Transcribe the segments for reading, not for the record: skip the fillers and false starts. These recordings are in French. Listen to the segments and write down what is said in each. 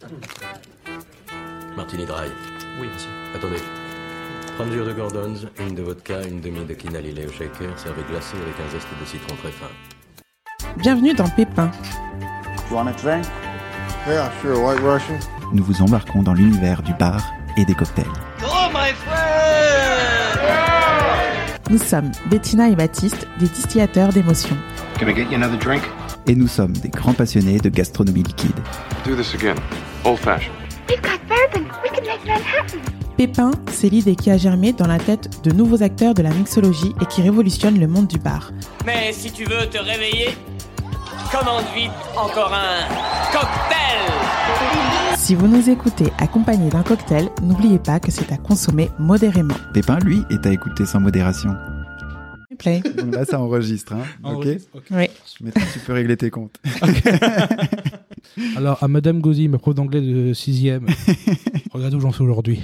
Martini dry. Oui, monsieur. Attendez. 30 de Gordons, une de vodka, une demi de quinal au shaker, servi glacé avec un zeste de citron très fin. Bienvenue dans Pépin. You want a drink? Yeah, sure, White Russian. Nous vous embarquons dans l'univers du bar et des cocktails. Oh my friend! Nous sommes Bettina et Baptiste, des distillateurs d'émotions. Can I get you another drink? Et nous sommes des grands passionnés de gastronomie liquide. Do this again. Old fashioned. We've got bourbon. We can make Manhattan. Pépin, c'est l'idée qui a germé dans la tête de nouveaux acteurs de la mixologie et qui révolutionne le monde du bar. Mais si tu veux te réveiller, commande vite encore un cocktail! Si vous nous écoutez accompagné d'un cocktail, n'oubliez pas que c'est à consommer modérément. Pépin, lui, est à écouter sans modération. Play. Donc là, ça enregistre, hein. Ok. Oui. Maintenant, tu peux régler tes comptes. Alors, à Madame Gauzy, ma prof d'anglais de 6e, regardez où j'en suis aujourd'hui.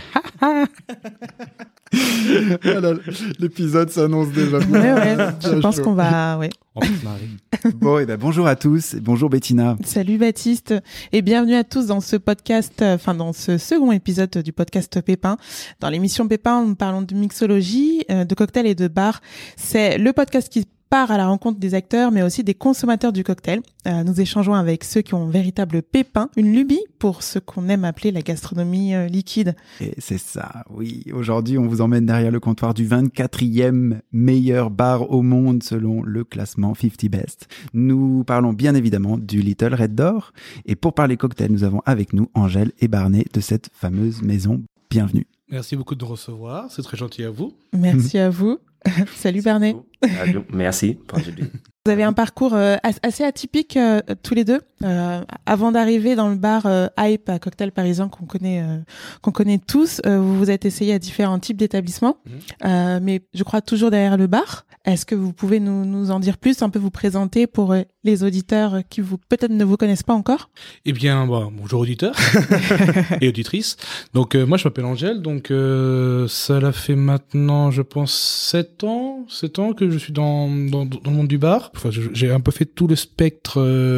Voilà, l'épisode s'annonce déjà bien. Ouais, je pense qu'on va... Ouais. On va se marrer. Bon, et ben bonjour à tous. Bonjour Bettina. Salut Baptiste et bienvenue à tous dans ce podcast, dans ce second épisode du podcast Pépin. Dans l'émission Pépin, nous parlons de mixologie, de cocktails et de bar. C'est le podcast qui part à la rencontre des acteurs, mais aussi des consommateurs du cocktail. Nous échangeons avec ceux qui ont un véritable pépin, une lubie pour ce qu'on aime appeler la gastronomie liquide. Et c'est ça, oui. Aujourd'hui, on vous emmène derrière le comptoir du 24e meilleur bar au monde selon le classement 50 Best. Nous parlons bien évidemment du Little Red Door. Et pour parler cocktail, nous avons avec nous Angèle et Barney de cette fameuse maison. Bienvenue. Merci beaucoup de nous recevoir, c'est très gentil à vous. Merci à vous. Salut Barney. Merci pour aujourd'hui. Vous avez un parcours assez atypique tous les deux. Avant d'arriver dans le bar Hype à Cocktail Parisien qu'on connaît tous, vous vous êtes essayé à différents types d'établissements, mais je crois toujours derrière le bar. Est-ce que vous pouvez nous en dire plus, un peu vous présenter pour les auditeurs qui peut-être ne vous connaissent pas encore? Eh bien, bonjour auditeurs et auditrices. Donc, moi, je m'appelle Angèle. Donc, ça l'a fait maintenant, je pense, 7 ans que je suis dans le monde du bar. Enfin, j'ai un peu fait tout le spectre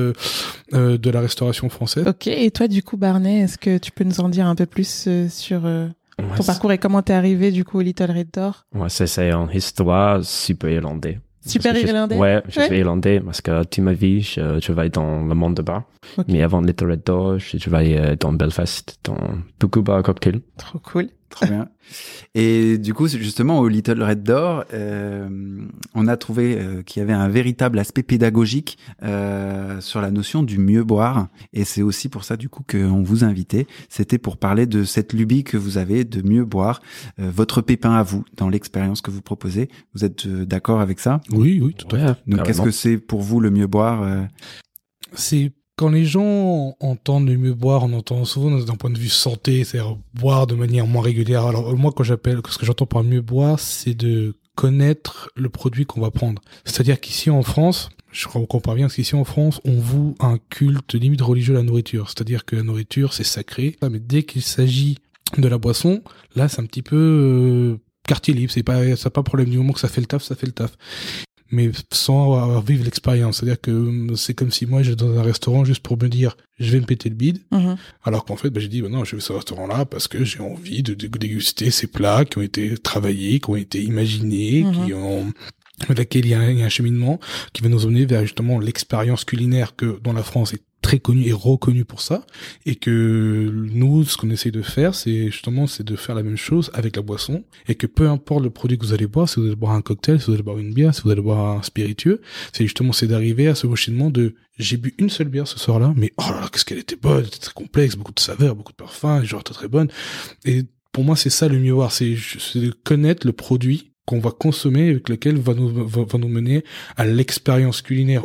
de la restauration française. Ok, et toi, du coup, Barney, est-ce que tu peux nous en dire un peu plus sur ton parcours et comment t'es arrivé, du coup, au Little Red Door? Ouais, c'est une histoire super irlandais. Super irlandais? Ouais, je suis irlandais parce que toute ma vie, je travaille dans le monde de bar. Okay. Mais avant Little Red Door, je travaillais dans Belfast, dans beaucoup de bars cocktails. Trop cool. Trop bien. Et du coup, justement, au Little Red Door, on a trouvé qu'il y avait un véritable aspect pédagogique sur la notion du mieux boire. Et c'est aussi pour ça, du coup, qu'on vous invitait. C'était pour parler de cette lubie que vous avez de mieux boire, votre pépin à vous, dans l'expérience que vous proposez. Vous êtes d'accord avec ça? Oui, tout à fait. Donc, carrément. qu'est-ce que c'est pour vous le mieux boire C'est... Quand les gens entendent le mieux boire, on entend souvent d'un point de vue santé, c'est-à-dire boire de manière moins régulière. Alors moi, ce que j'entends par mieux boire, c'est de connaître le produit qu'on va prendre. C'est-à-dire qu'ici en France, je comprends bien, parce qu'ici en France, on voue un culte limite religieux à la nourriture. C'est-à-dire que la nourriture, c'est sacré. Mais dès qu'il s'agit de la boisson, là, c'est un petit peu quartier libre. C'est pas problème du moment que ça fait le taf, ça fait le taf. Mais sans vivre l'expérience. C'est-à-dire que c'est comme si moi j'étais dans un restaurant juste pour me dire je vais me péter le bide, alors qu'en fait j'ai dit non, je vais à ce restaurant-là parce que j'ai envie de déguster ces plats qui ont été travaillés, qui ont été imaginés, avec lesquels il y a un cheminement qui va nous emmener vers justement l'expérience culinaire que dans la France est très connu et reconnu pour ça, et que nous, ce qu'on essaye de faire, c'est de faire la même chose avec la boisson, et que peu importe le produit que vous allez boire, si vous allez boire un cocktail, si vous allez boire une bière, si vous allez boire un spiritueux, c'est d'arriver à ce enchaînement de j'ai bu une seule bière ce soir-là, mais oh là là, qu'est-ce qu'elle était bonne, elle était très complexe, beaucoup de saveurs, beaucoup de parfums, genre très bonne. Et pour moi, c'est ça le mieux voir, c'est de connaître le produit qu'on va consommer, avec lequel va nous mener à l'expérience culinaire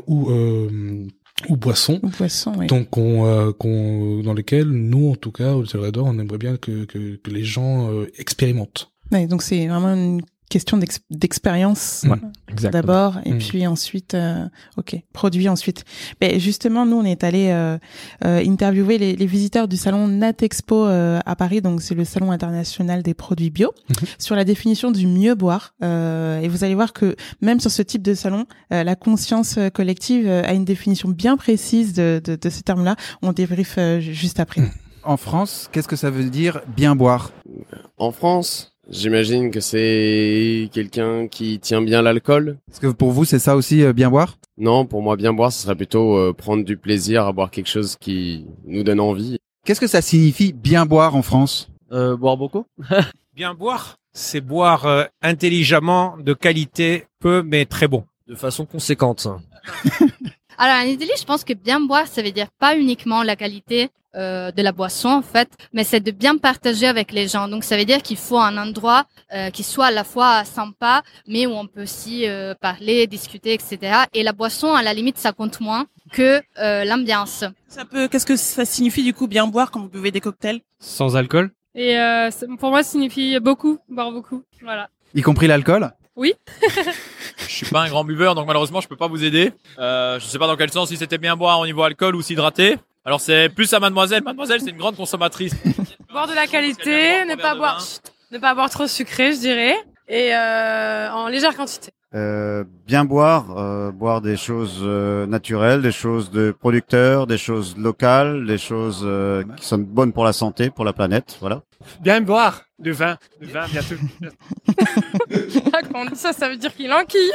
ou boisson, oui. Donc dans lesquels nous, en tout cas, au Little Red Door, on aimerait bien que les gens expérimentent. Ouais, donc c'est vraiment une question d'expérience d'abord, et puis ensuite, produit ensuite. Mais justement, nous, on est allé interviewer les visiteurs du salon Natexpo à Paris, donc c'est le salon international des produits bio, sur la définition du mieux boire. Et vous allez voir que même sur ce type de salon, la conscience collective a une définition bien précise de ce terme-là. On débriefe juste après. En France, qu'est-ce que ça veut dire bien boire ? En France, j'imagine que c'est quelqu'un qui tient bien l'alcool. Est-ce que pour vous, c'est ça aussi, bien boire ? Non, pour moi, bien boire, ce serait plutôt prendre du plaisir à boire quelque chose qui nous donne envie. Qu'est-ce que ça signifie bien boire en France ? Boire beaucoup. Bien boire, c'est boire intelligemment, de qualité, peu mais très bon. De façon conséquente. Alors en Italie, je pense que bien boire, ça veut dire pas uniquement la qualité de la boisson en fait, mais c'est de bien partager avec les gens. Donc ça veut dire qu'il faut un endroit qui soit à la fois sympa, mais où on peut aussi parler, discuter, etc. Et la boisson, à la limite, ça compte moins que l'ambiance. Qu'est-ce que ça signifie du coup bien boire quand vous buvez des cocktails ? Sans alcool ? Et pour moi, ça signifie beaucoup, boire beaucoup. Voilà. Y compris l'alcool ? Oui. Je suis pas un grand buveur, donc malheureusement, je peux pas vous aider. Je sais pas dans quel sens, si c'était bien boire au niveau alcool ou s'hydrater. Alors c'est plus à mademoiselle. Mademoiselle, c'est une grande consommatrice. Boire de la qualité, ne pas boire trop sucré, je dirais, et en légère quantité. Bien boire, boire des choses naturelles, des choses de producteurs, des choses locales, des choses qui sont bonnes pour la santé, pour la planète, voilà. Bien boire, du vin bien sûr. Quand on dit ça, ça veut dire qu'il enquille.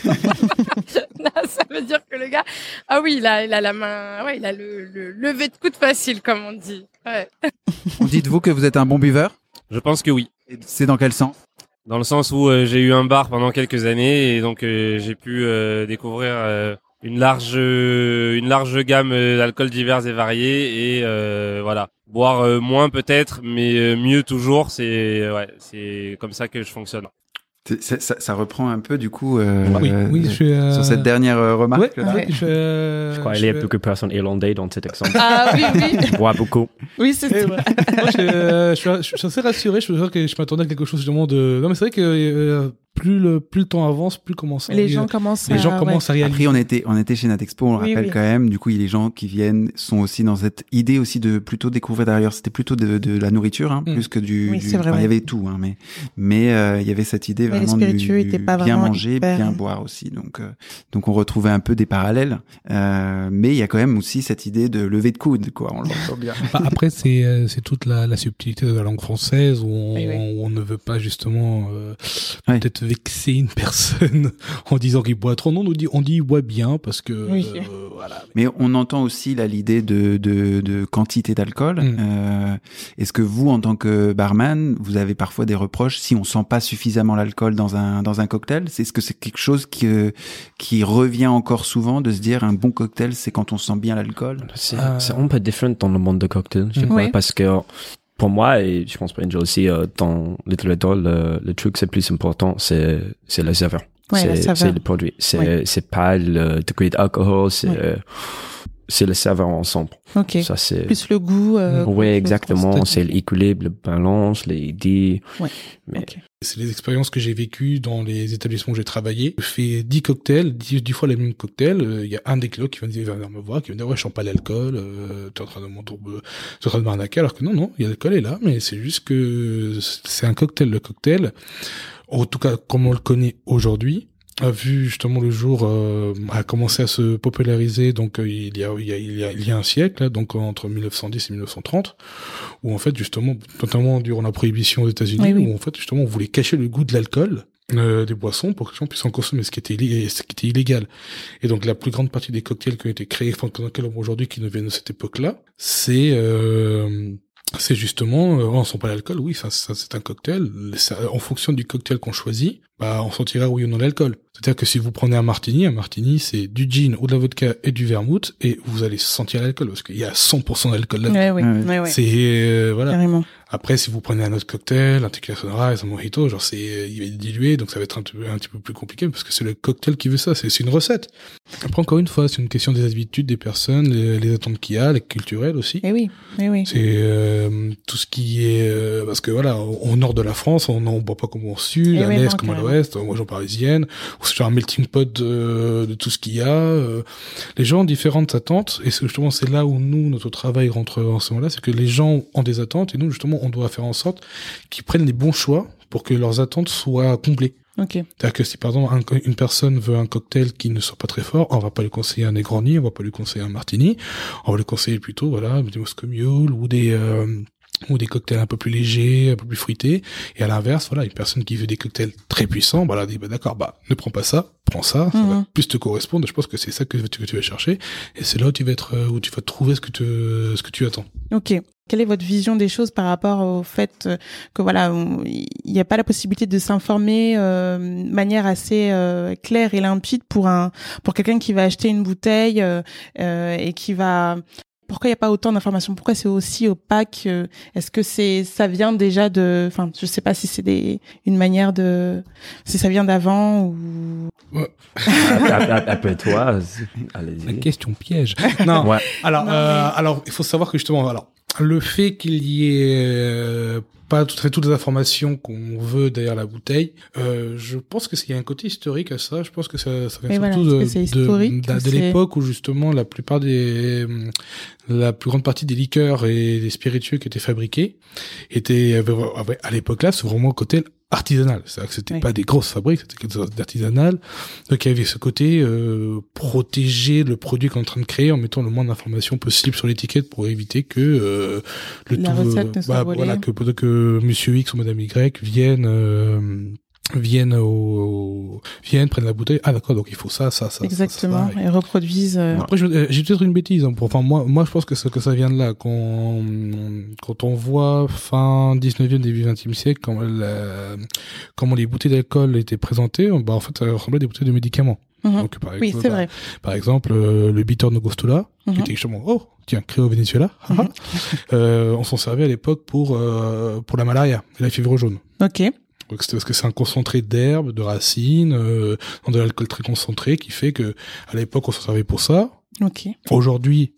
Là, ça veut dire que le gars, ah oui, il a la main, ouais, il a le lever de coude facile, comme on dit. Ouais. On dit de vous que vous êtes un bon buveur ? Je pense que oui. Et c'est dans quel sens ? Dans le sens où j'ai eu un bar pendant quelques années et donc j'ai pu découvrir une large gamme d'alcools divers et variés et voilà. Boire moins peut-être, mais mieux toujours. C'est comme ça que je fonctionne. Ça reprend un peu du coup sur cette dernière remarque. Je crois qu'il y a beaucoup de personnes irlandaises dans cet exemple. Ah oui. Boire beaucoup. Oui, c'est ça. Moi, je suis assez rassuré. Je m'attendais à quelque chose justement de. Non, mais c'est vrai que plus le temps avance, plus les gens commencent à réaliser. Après, on était chez Natexpo, on le rappelle quand même. Du coup, les gens qui viennent sont aussi dans cette idée aussi de plutôt découvrir derrière. C'était plutôt de la nourriture, plus que du. Oui, c'est vrai. Enfin, il y avait tout, mais il y avait cette idée vraiment du bien manger, bien boire aussi. Donc on retrouvait un peu des parallèles, mais il y a quand même aussi cette idée de lever de coude, quoi. On l'entend bien. Après, c'est toute la subtilité de la langue française où on ne veut pas justement peut-être vexer une personne en disant qu'il boit trop. Non, on dit il boit bien parce que voilà. Mais on entend aussi là l'idée de quantité d'alcool. Est-ce que vous, en tant que barman, vous avez parfois des reproches si on sent pas suffisamment l'alcool dans un cocktail? Est-ce que c'est quelque chose qui revient encore souvent de se dire un bon cocktail, c'est quand on sent bien l'alcool? C'est un peu différent dans le monde de cocktail, je crois, parce que pour moi, et je pense pour Angel aussi, dans Little Red Door, le truc c'est plus important, c'est la saveur. C'est le produit. C'est pas le degré d'alcool, c'est le saveur ensemble. Ok. Ça, c'est plus le goût. Oui, exactement. C'est l'équilibre, le balance, les idées. Ouais. Mais c'est les expériences que j'ai vécues dans les établissements où j'ai travaillé. Je fais 10 cocktails, 10 fois les mêmes cocktails. Il y a un des clients qui va venir me voir, qui va me dire, ouais, je sens pas l'alcool, t'es en train de m'arnaquer, alors que non, l'alcool est là, mais c'est juste que c'est un cocktail. Le cocktail, en tout cas, comme on le connaît aujourd'hui, a vu justement le jour, a commencé à se populariser, donc il y a un siècle, là, donc entre 1910 et 1930, où en fait justement, notamment durant la prohibition aux États-Unis, où en fait justement on voulait cacher le goût de l'alcool des boissons pour que les gens puissent en consommer, ce qui était illégal. Et donc la plus grande partie des cocktails qui ont été créés, enfin aujourd'hui qui nous viennent de cette époque-là, c'est justement, on sent pas l'alcool, oui, ça c'est un cocktail. En fonction du cocktail qu'on choisit, on sentira oui ou non l'alcool. C'est-à-dire que si vous prenez un martini c'est du gin ou de la vodka et du vermouth, et vous allez sentir l'alcool, parce qu'il y a 100% d'alcool là-dedans. Ouais. C'est, voilà. Carrément. Après, si vous prenez un autre cocktail, un tequila sunrise, un mojito, genre il va être dilué, donc ça va être un petit peu plus compliqué, parce que c'est le cocktail qui veut ça, c'est une recette. Après, encore une fois, c'est une question des habitudes des personnes, les attentes qu'il y a, les culturelles aussi. Eh oui. C'est tout ce qui est parce que voilà, au nord de la France, on n'en boit pas comme au sud, à l'est comme à l'ouest, en région parisienne, où c'est genre un melting pot de tout ce qu'il y a. Les gens ont différentes attentes, et justement c'est là où notre travail rentre en ce moment-là, c'est que les gens ont des attentes, et nous justement on doit faire en sorte qu'ils prennent les bons choix pour que leurs attentes soient comblées. Okay. C'est-à-dire que si par exemple une personne veut un cocktail qui ne soit pas très fort, on va pas lui conseiller un Negroni, on va pas lui conseiller un Martini, on va lui conseiller plutôt des Moscow Mule ou des cocktails un peu plus légers, un peu plus fruités. Et à l'inverse, une personne qui veut des cocktails très puissants, elle dit d'accord, ne prends pas ça, prends ça, ça va plus te correspondre. Je pense que c'est ça que tu vas chercher. Et c'est là où tu vas trouver ce que tu attends. Ok. Quelle est votre vision des choses par rapport au fait que il n'y a pas la possibilité de s'informer de manière assez claire et limpide pour quelqu'un qui va acheter une bouteille et qui va... Pourquoi il n'y a pas autant d'informations? Pourquoi c'est aussi opaque? Est-ce que ça vient déjà de... Enfin, je sais pas si c'est une manière de... Si ça vient d'avant ou... Ouais. Après toi, allez-y. La question piège. Non. Ouais. Alors, il faut savoir que justement, le fait qu'il y ait pas tout à fait toutes les informations qu'on veut derrière la bouteille, je pense qu'il y a un côté historique à ça. Je pense que ça vient surtout de l'époque où justement la plus grande partie des liqueurs et des spiritueux qui étaient fabriqués avaient à l'époque-là, c'est vraiment côté artisanal. C'est-à-dire que c'était pas des grosses fabriques, c'était quelque chose d'artisanal. Donc il y avait ce côté protéger le produit qu'on est en train de créer en mettant le moins d'informations possible sur l'étiquette pour éviter que que Monsieur X ou Madame Y viennent prennent la bouteille. Ah d'accord, donc il faut ça. Exactement, ça, et reproduisent. Après, j'ai peut-être une bêtise. Enfin, moi, je pense que ça vient de là. Quand on voit fin 19e, début 20e siècle, comment les bouteilles d'alcool étaient présentées, en fait, ça ressemblait à des bouteilles de médicaments. Donc, oui, c'est vrai. Par exemple, le bitter Angostura, qui était justement, créé au Venezuela. On s'en servait à l'époque pour la malaria et la fièvre jaune. Ok. Donc c'est parce que c'est un concentré d'herbes, de racines, dans de l'alcool très concentré, qui fait que à l'époque on s'en servait pour ça. Ok. Aujourd'hui,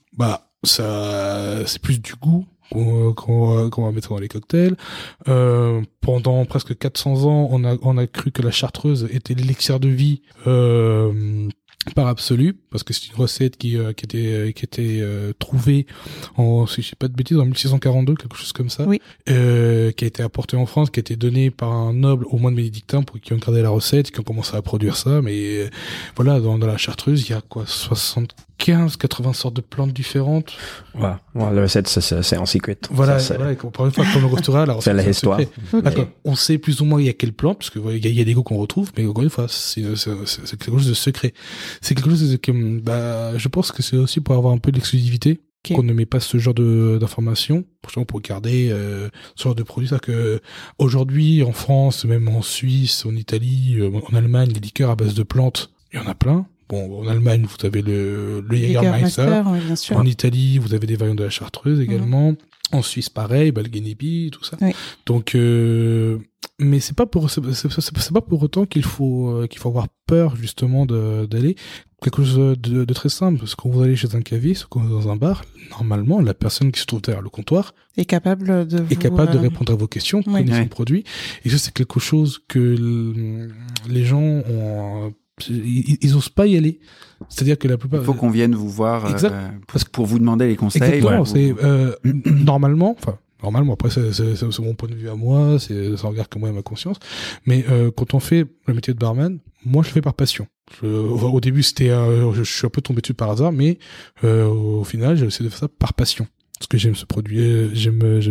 ça, c'est plus du goût qu'on va mettre dans les cocktails. Pendant presque 400 ans, on a cru que la chartreuse était l'élixir de vie. Par absolu, parce que c'est une recette qui était trouvée si je sais pas de bêtises, en 1642, quelque chose comme ça, oui. Qui a été apportée en France, qui a été donnée par un noble au moine bénédictin pour qui ont gardé la recette, qui ont commencé à produire ça, mais dans la chartreuse, il y a 80 sortes de plantes différentes. Ouais, la recette, c'est en secret. Voilà, pour une fois, comme le restaurant, la recette, c'est la histoire. Okay. On sait plus ou moins il y a quelle plante, parce que il y a des goûts qu'on retrouve, mais encore une fois, c'est quelque chose de secret. C'est quelque chose que, je pense que c'est aussi pour avoir un peu d'exclusivité, qu'on ne met pas ce genre d'informations, pour garder ce genre de produit. C'est-à-dire que aujourd'hui, en France, même en Suisse, en Italie, en Allemagne, les liqueurs à base de plantes, il y en a plein. Bon, en Allemagne, vous avez le Jägermeister. Bien sûr. En Italie, vous avez des variantes de la chartreuse également. En Suisse, pareil, le Guinea, tout ça. Oui. Donc, mais c'est pas pour autant qu'il faut avoir peur, justement, d'aller. Quelque chose de très simple, parce que quand vous allez chez un caviste, quand vous êtes dans un bar, normalement, la personne qui se trouve derrière le comptoir est capable de répondre à vos questions, connaît son produit. Et ça, c'est quelque chose que les gens ont, ils osent pas y aller. C'est-à-dire que la plupart... Il faut qu'on vienne vous voir pour vous demander les conseils. Exactement. C'est, normalement, après, c'est mon point de vue à moi, ça regarde que moi et ma conscience. Mais quand on fait le métier de barman, moi, je le fais par passion. Au début, je suis un peu tombé dessus par hasard, mais au final, j'ai essayé de faire ça par passion. Parce que j'aime ce produit, j'aime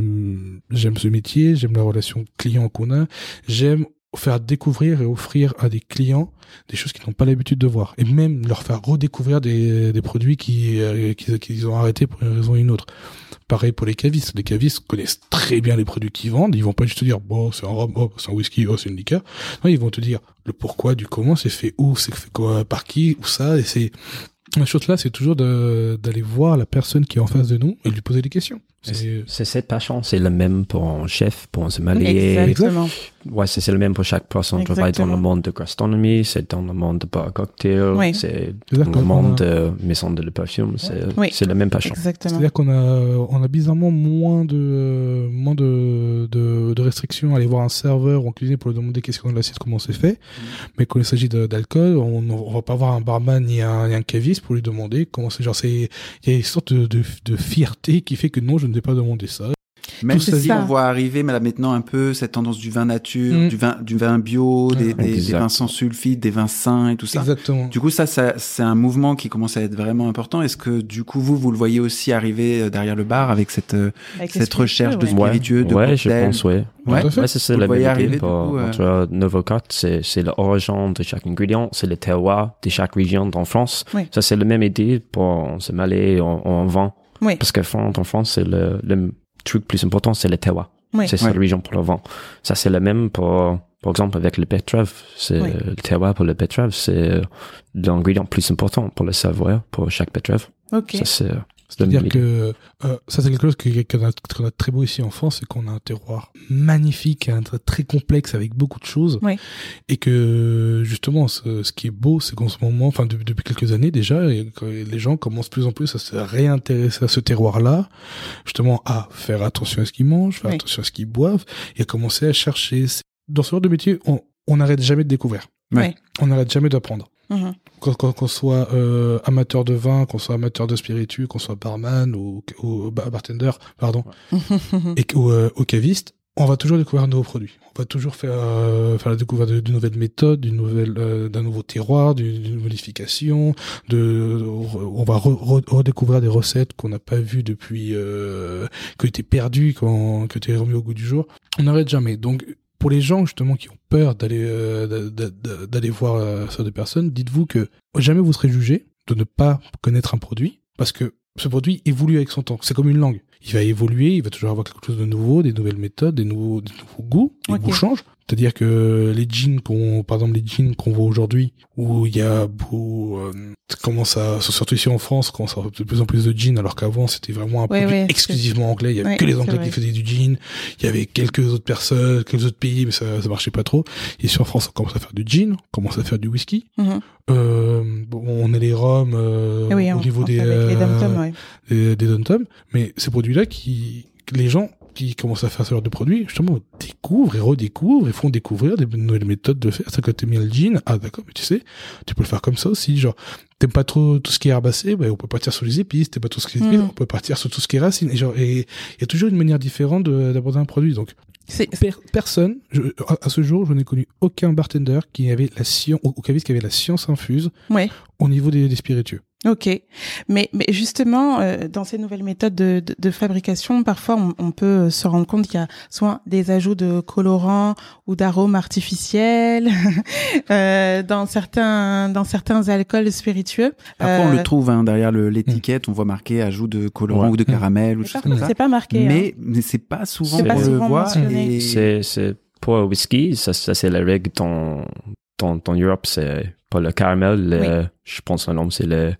ce métier, j'aime la relation client qu'on a, j'aime faire découvrir et offrir à des clients des choses qu'ils n'ont pas l'habitude de voir, et même leur faire redécouvrir des produits qu'ils ont arrêtés pour une raison ou une autre. Pareil pour les cavistes. Les cavistes connaissent très bien les produits qu'ils vendent. Ils vont pas juste te dire, c'est un rhum, c'est un whisky, c'est une liqueur. Non, ils vont te dire le pourquoi du comment, c'est fait où, c'est fait quoi, par qui, où ça, et c'est, la chose là, c'est toujours d'aller voir la personne qui est en face de nous et lui poser des questions. C'est cette passion, c'est le même pour un chef, pour un sommelier. Exactement. Ouais, c'est le même pour chaque personne qui travaille dans le monde de gastronomie, c'est dans le monde de bar cocktail, c'est dans le monde de maison de parfum, c'est la même passion. Exactement. C'est-à-dire qu'on a bizarrement moins de restrictions à aller voir un serveur ou un cuisinier pour lui demander qu'est-ce qu'on a dans l'assiette, comment c'est fait. Mais quand il s'agit d'alcool, on va pas voir un barman ni un caviste pour lui demander comment c'est. Genre, il y a une sorte de fierté qui fait que non, je ne vais pas demander ça. Même si on voit arriver maintenant un peu cette tendance du vin nature, du vin bio, des vins sans sulfite, des vins sains et tout ça. Exactement. Du coup, ça c'est un mouvement qui commence à être vraiment important. Est-ce que du coup vous le voyez aussi arriver derrière le bar avec cette recherche de spiritueux, de cocktails? Je pense, ouais, c'est la même idée. Novocat, c'est l'origine de chaque ingrédient, c'est le terroir de chaque région en France. Oui. Ça, c'est la même idée pour se mêler en vin. Oui. Parce qu'en France, c'est le truc plus important, c'est le terroir. Oui. C'est la région pour le vin. Ça, c'est le même par exemple, avec le betterave. Le terroir pour le betterave, c'est l'ingrédient plus important pour le savoir, pour chaque betterave. Okay. C'est-à-dire que ça, c'est quelque chose qu'on a très beau ici en France, c'est qu'on a un terroir magnifique, très complexe avec beaucoup de choses, et que justement, ce qui est beau, c'est qu'en ce moment, depuis quelques années déjà, les gens commencent de plus en plus à se réintéresser à ce terroir-là, justement à faire attention à ce qu'ils mangent, faire attention à ce qu'ils boivent, et à commencer à chercher. Dans ce genre de métier, on n'arrête jamais de découvrir. On n'arrête jamais d'apprendre. Mm-hmm. Qu'on soit amateur de vin, qu'on soit amateur de spiritueux, qu'on soit barman ou bartender, pardon, ou caviste, on va toujours découvrir un nouveau produit. On va toujours faire la découverte de nouvelles méthodes, d'un nouveau terroir, d'une modification. On va redécouvrir des recettes qu'on n'a pas vues depuis, qui étaient perdues, qui étaient remises au goût du jour. On n'arrête jamais. Donc, pour les gens justement qui ont peur d'aller voir ça de personnes, dites-vous que jamais vous serez jugé de ne pas connaître un produit, parce que ce produit évolue avec son temps. C'est comme une langue. Il va évoluer, il va toujours avoir quelque chose de nouveau, des nouvelles méthodes, des nouveaux goûts. Les goûts changent. C'est-à-dire que les jeans par exemple les jeans qu'on voit aujourd'hui, où il y a surtout ici en France, commence à avoir de plus en plus de jeans, alors qu'avant c'était vraiment un produit exclusivement anglais. Il y avait que les Anglais qui faisaient du jean. Il y avait quelques autres personnes, quelques autres pays, mais ça marchait pas trop. Ici en France, on commence à faire du gin, on commence à faire du whisky. Mm-hmm. On a les rhums au niveau des dom-toms, mais ces produits-là les gens qui commencent à faire ce genre de produits, justement, découvrent et redécouvrent et font découvrir des nouvelles méthodes de faire. C'est que t'aimes bien le gin, d'accord, mais tu sais, tu peux le faire comme ça aussi, genre, t'aimes pas trop tout ce qui est herbacé, on peut partir sur les épices, t'aimes pas tout ce qui est épices, on peut partir sur tout ce qui est racines, et il y a toujours une manière différente d'aborder un produit, donc. Personne, à ce jour, je n'ai connu aucun bartender qui avait la science, ou caviste qui avait la science infuse au niveau des spiritueux. Ok, mais justement, dans ces nouvelles méthodes de fabrication, parfois on peut se rendre compte qu'il y a soit des ajouts de colorants ou d'arômes artificiels dans certains alcools spiritueux. Parfois on le trouve derrière l'étiquette, on voit marqué ajout de colorant ou de caramel ou choses comme ça. C'est pas marqué. Mais c'est pas souvent on le voit. C'est pour le whisky, ça c'est la règle dans Europe, c'est pas le caramel, je pense le nom c'est le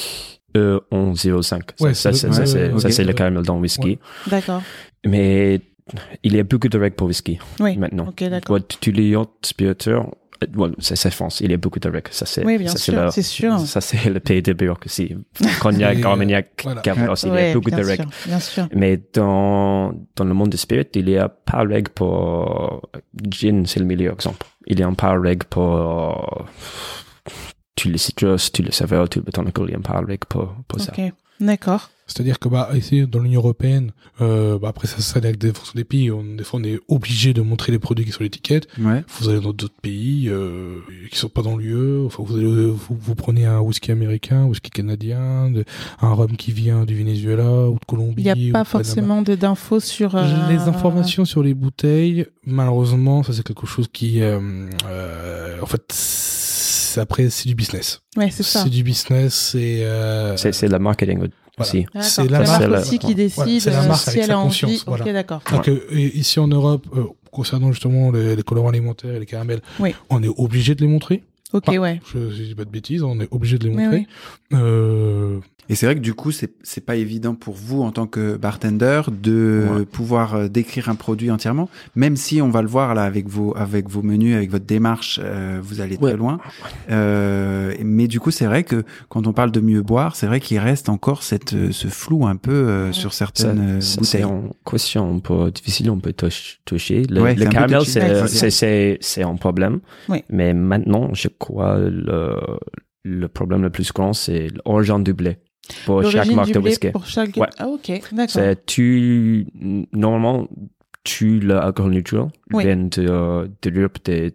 E1105. C'est le caramel dans le whisky. D'accord. Mais il y a beaucoup de règles pour whisky maintenant. Okay, d'accord. Tous les autres spiritueux, c'est France, il y a beaucoup de règles. Ça c'est c'est sûr. Ça c'est le pays de bureaucratie. Cognac, Armagnac, Cabernet, il y a beaucoup de règles. Bien sûr. Mais dans le monde des spirits, il y a pas de règles pour gin, c'est le meilleur exemple. Il y a pas de règles pour tous les citrus, tous les saveurs, tout le botanical, il y a pas de règles pour ça. Ok, d'accord. C'est-à-dire que ici dans l'Union européenne, après ça avec des fonction des pays, des fois on est obligé de montrer les produits qui sont sur l'étiquette. Ouais. Vous allez dans d'autres pays qui sont pas dans l'UE, enfin vous prenez un whisky américain, un whisky canadien, un rhum qui vient du Venezuela ou de Colombie. Il n'y a pas forcément d'infos sur les informations sur les bouteilles. Malheureusement, ça c'est quelque chose qui en fait après c'est du business. Ouais, c'est ça. C'est du business, c'est la marketing. Voilà. C'est la marque aussi qui décide c'est la marque si avec elle a sa envie. conscience. Voilà. Ok, d'accord. Donc, ici en Europe, concernant justement les colorants alimentaires et les caramels, on est obligé de les montrer. Ok, je dis pas de bêtises, on est obligé de les montrer. Oui. Et c'est vrai que du coup, c'est pas évident pour vous en tant que bartender de pouvoir décrire un produit entièrement, même si on va le voir là avec vos menus, avec votre démarche, vous allez très loin. Mais du coup, c'est vrai que quand on parle de mieux boire, c'est vrai qu'il reste encore ce flou un peu sur certaines bouteilles. C'est en question un peu difficile, on peut toucher. Le caramel, c'est un problème. Oui. Mais maintenant, je crois le problème le plus grand, c'est l'origine du blé. pour chaque marque de whisky. Pour chaque... Ouais. Ah, ok, d'accord. Normalement, l'alcool neutral vient de l'Europe,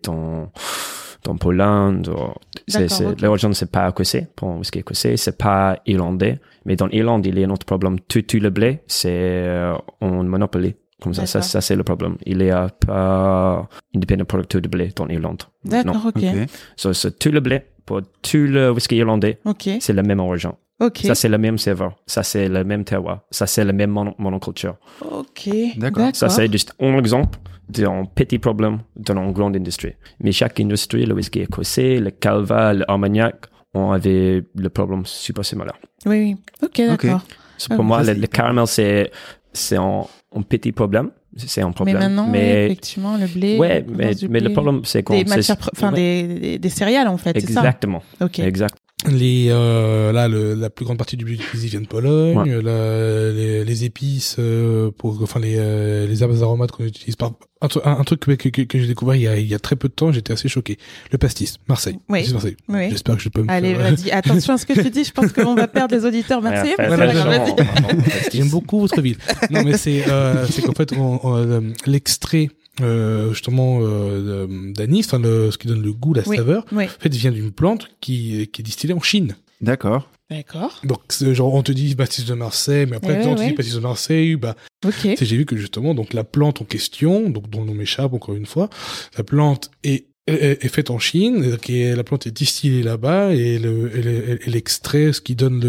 dans Pologne. L'origine, c'est pas écossais, pour un whisky écossais, c'est pas irlandais. Mais dans l'Irlande, il y a un autre problème. Tout le blé, c'est en monopoly. Comme ça, c'est le problème. Il n'y a pas independent producteur de blé dans l'Irlande. D'accord, ok. C'est tout le blé pour tout le whisky irlandais. C'est la même origine. Ça, c'est le même serveur. Ça, c'est le même terroir. Ça, c'est la même monoculture. Ok, d'accord. Ça, c'est juste un exemple d'un petit problème dans une grande industrie. Mais chaque industrie, le whisky écossais, le Calva, l'Armagnac, on avait le problème super similaire. Oui. Ok, d'accord. Pour moi, le caramel, c'est un petit problème. C'est un problème. Mais maintenant, effectivement, le blé. Ouais, mais le problème, c'est qu'on... Des céréales, en fait, exactement. C'est ça? Ok. Exact. La plus grande partie du blé utilisé vient de Pologne. Les épices, les herbes aromates qu'on utilise un truc que j'ai découvert il y a très peu de temps, j'étais assez choqué. Le pastis, Marseille. Oui. Marseille. Oui. J'espère que je peux me Allez, vas-y. Attention à ce que tu dis. Je pense qu'on va perdre les auditeurs marseillais. J'aime beaucoup votre ville. Non, mais c'est qu'en fait, l'extrait, justement, d'anis, ce qui donne le goût, la saveur, en fait, vient d'une plante qui est distillée en Chine. D'accord. Donc, genre, on te dit pastis de Marseille, mais après, on te dit pastis de Marseille, j'ai vu que justement, donc, la plante en question, donc, dont le nom m'échappe encore une fois, la plante est faite en Chine, la plante est distillée là-bas, et l'extrait, ce qui donne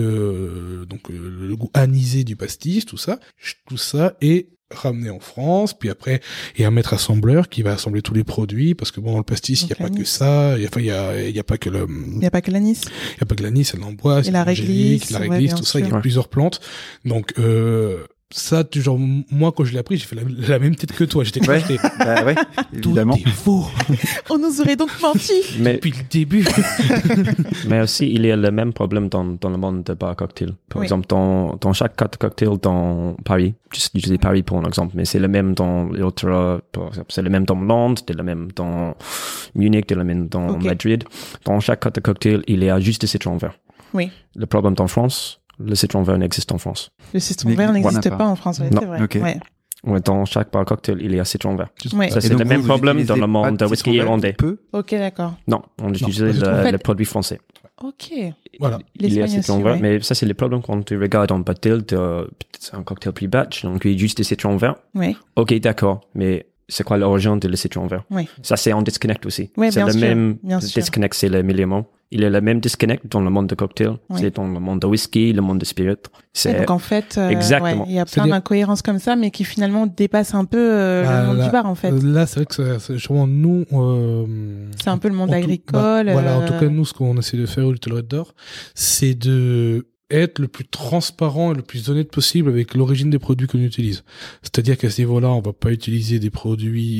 le goût anisé du pastis, tout ça est ramené en France, puis après il y a un maître assembleur qui va assembler tous les produits, parce que dans le pastis il y a pas que ça, il y a pas que l'anis, il y a pas que l'anis, il y a l'amboise, la réglisse, tout ça, il y a plusieurs plantes, donc ça, genre, moi, quand je l'ai appris, j'ai fait la même tête que toi. J'étais craqué. Évidemment. Tout est faux. On nous aurait donc menti. Depuis le début. Mais aussi, il y a le même problème dans le monde de bar cocktail. Par exemple, dans chaque carte cocktail dans Paris, je dis Paris pour un exemple, mais c'est le même dans les autres, par exemple, c'est le même dans Londres, c'est le même dans Munich, c'est le même dans Madrid. Dans chaque carte cocktail, il y a juste des citrons verts. Oui. Le problème en France, le citron vert n'existe en France. Le citron vert n'existe pas en France, c'est vrai. Okay. Ouais, dans chaque bar cocktail, il y a citron vert. Ça, c'est le même problème dans le monde de whisky irlandais. Ok, d'accord. Non, on utilise le produit français. Ok. Voilà. Il y a citron vert, mais ça, c'est le problème quand tu regardes en bottle, c'est un cocktail plus batch, donc il y a juste des citrons verts. Oui. Ok, d'accord, mais c'est quoi l'origine de le citron vert? Oui. Ça, c'est en disconnect aussi. Oui, c'est le même disconnect, c'est le millième. Il y a le même disconnect dans le monde de cocktail. C'est dans le monde de whisky, le monde de spirit. Donc en fait, exactement. Il y a plein d'incohérences comme ça, mais qui finalement dépassent un peu le monde du bar en fait. Là, c'est vrai que sûrement nous, c'est un peu le monde agricole. Voilà, en tout cas nous, ce qu'on essaie de faire au Little Red Door, c'est de être le plus transparent et le plus honnête possible avec l'origine des produits qu'on utilise. C'est-à-dire qu'à ce niveau-là, on va pas utiliser des produits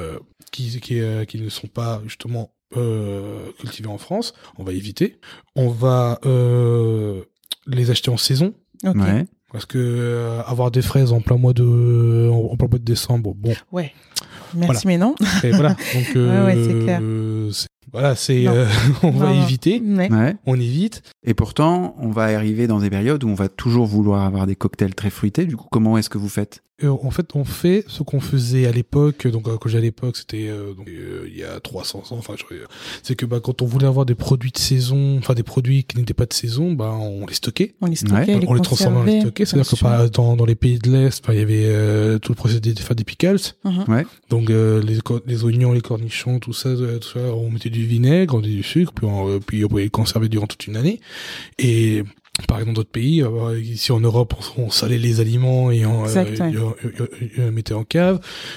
qui ne sont pas justement cultivés en France. On va éviter. On va les acheter en saison. Okay. Parce que avoir des fraises en plein mois de décembre, bon. Ouais. Merci, mais non. Et voilà. Donc c'est clair. Voilà, on va éviter. On évite. Et pourtant, on va arriver dans des périodes où on va toujours vouloir avoir des cocktails très fruités. Du coup, comment est-ce que vous faites? En fait, on fait ce qu'on faisait à l'époque. Donc, quand j'ai à l'époque, c'était il y a 300 ans. Enfin, c'est que quand on voulait avoir des produits de saison, enfin des produits qui n'étaient pas de saison, on les stockait. On les stockait, on les transformait, on les stockait. C'est-à-dire que dans les pays de l'Est, il y avait tout le procédé de faire des pickles. Donc les oignons, les cornichons, tout ça, on mettait du vinaigre, on mettait du sucre, puis on pouvait les conserver durant toute une année. Et par exemple, dans d'autres pays, ici en Europe, on salait les aliments et on mettait en cave.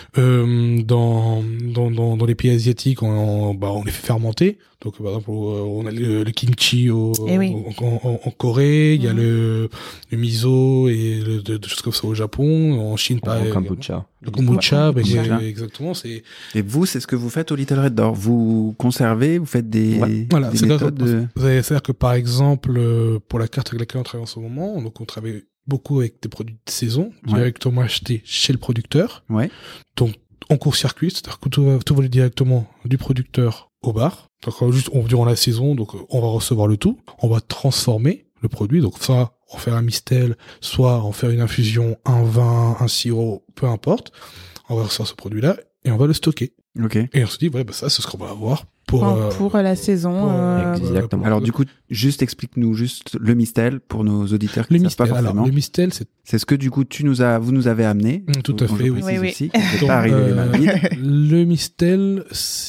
Dans les pays asiatiques, on les fait fermenter. Donc, par exemple, on a le kimchi en Corée, il y a le miso et des choses comme ça au Japon. En Chine, pareil. Le kombucha, exactement. Et vous, c'est ce que vous faites au Little Red Door. Vous conservez, vous faites des méthodes C'est-à-dire que, par exemple, pour la carte avec laquelle on travaille en ce moment, donc on travaille beaucoup avec des produits de saison, directement achetés chez le producteur. Donc, en court-circuit, c'est-à-dire que tout va aller directement du producteur au bar. Donc, juste durant la saison, donc on va recevoir le tout, on va transformer le produit. Donc soit en faire un mistel, soit en faire une infusion, un vin, un sirop, peu importe. On va recevoir ce produit-là et on va le stocker. Ok. Et on se dit, ça, c'est ce qu'on va avoir pour la saison. Exactement. Alors du coup, juste explique-nous juste le mistel pour nos auditeurs qui ne savent pas forcément. Alors, le mistel, c'est ce que du coup vous nous avez amené. Tout à fait, oui. Aussi, donc, pas arrivé les mains vides. Le mistel,